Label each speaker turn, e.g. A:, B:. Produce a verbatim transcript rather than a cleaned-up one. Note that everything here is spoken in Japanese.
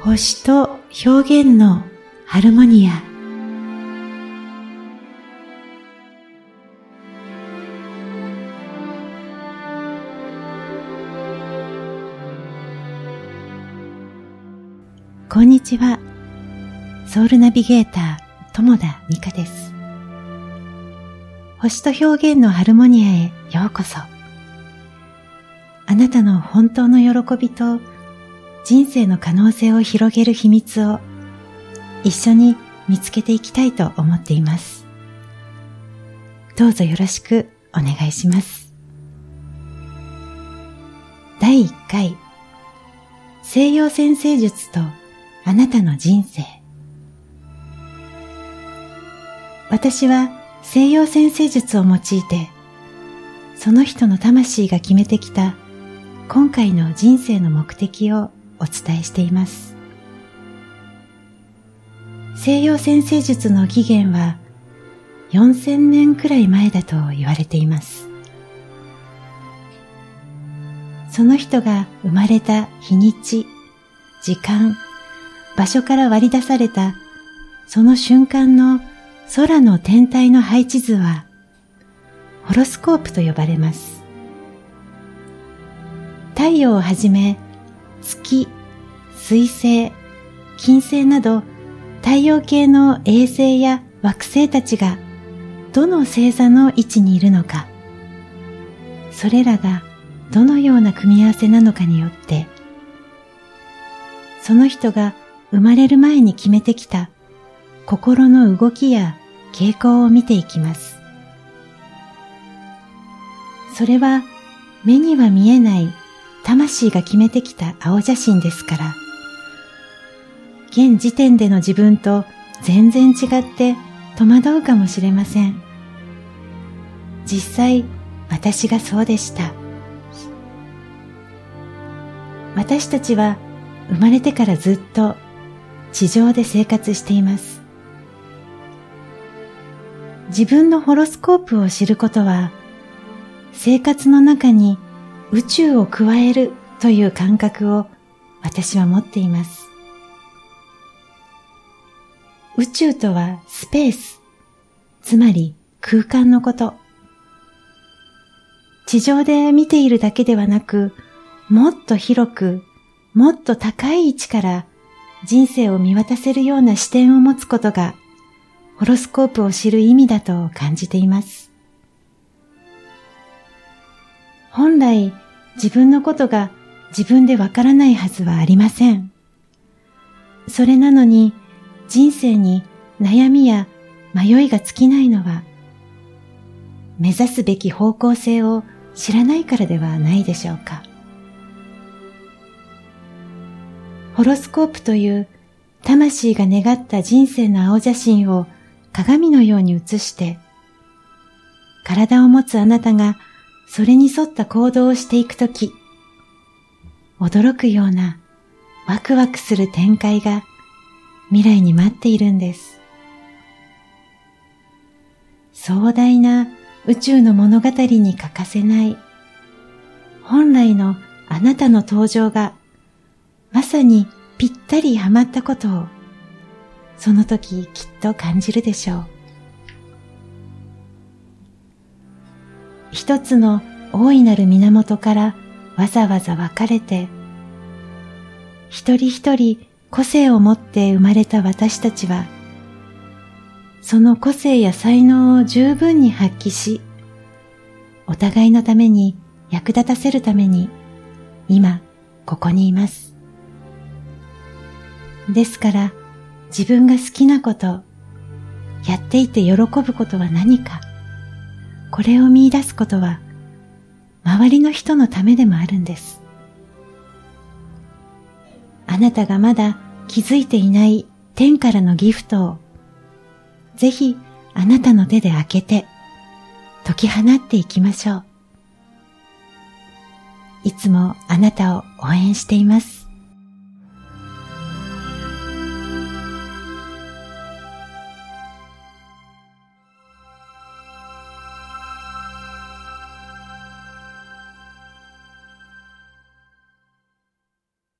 A: 星と表現のハルモニア。こんにちは。ソウルナビゲーター友田美香です。星と表現のハルモニアへようこそ。あなたの本当の喜びと人生の可能性を広げる秘密を一緒に見つけていきたいと思っています。どうぞよろしくお願いします。だいいっかい西洋占星術とあなたの人生。私は西洋占星術を用いてその人の魂が決めてきた今回の人生の目的をお伝えしています。西洋占星術の起源はよんせんねんくらい前だと言われています。その人が生まれた日にち、時間、場所から割り出されたその瞬間の空の天体の配置図はホロスコープと呼ばれます。太陽をはじめ月、水星、金星など太陽系の衛星や惑星たちがどの星座の位置にいるのか、それらがどのような組み合わせなのかによってその人が生まれる前に決めてきた心の動きや傾向を見ていきます。それは目には見えない魂が決めてきた青写真ですから、現時点での自分と全然違って戸惑うかもしれません。実際、私がそうでした。私たちは生まれてからずっと地上で生活しています。自分のホロスコープを知ることは、生活の中に宇宙を加えるという感覚を私は持っています。宇宙とはスペース、つまり空間のこと。地上で見ているだけではなく、もっと広く、もっと高い位置から人生を見渡せるような視点を持つことが、ホロスコープを知る意味だと感じています。本来、自分のことが自分でわからないはずはありません。それなのに、人生に悩みや迷いが尽きないのは、目指すべき方向性を知らないからではないでしょうか。ホロスコープという魂が願った人生の青写真を鏡のように映して、体を持つあなたがそれに沿った行動をしていくとき、驚くようなワクワクする展開が未来に待っているんです。壮大な宇宙の物語に欠かせない本来のあなたの登場がまさにぴったりはまったことをその時きっと感じるでしょう。一つの大いなる源からわざわざ分かれて、一人一人個性を持って生まれた私たちは、その個性や才能を十分に発揮し、お互いのために役立たせるために、今ここにいます。ですから、自分が好きなこと、やっていて喜ぶことは何か、これを見出すことは、周りの人のためでもあるんです。あなたがまだ気づいていない天からのギフトを、ぜひあなたの手で開けて、解き放っていきましょう。いつもあなたを応援しています。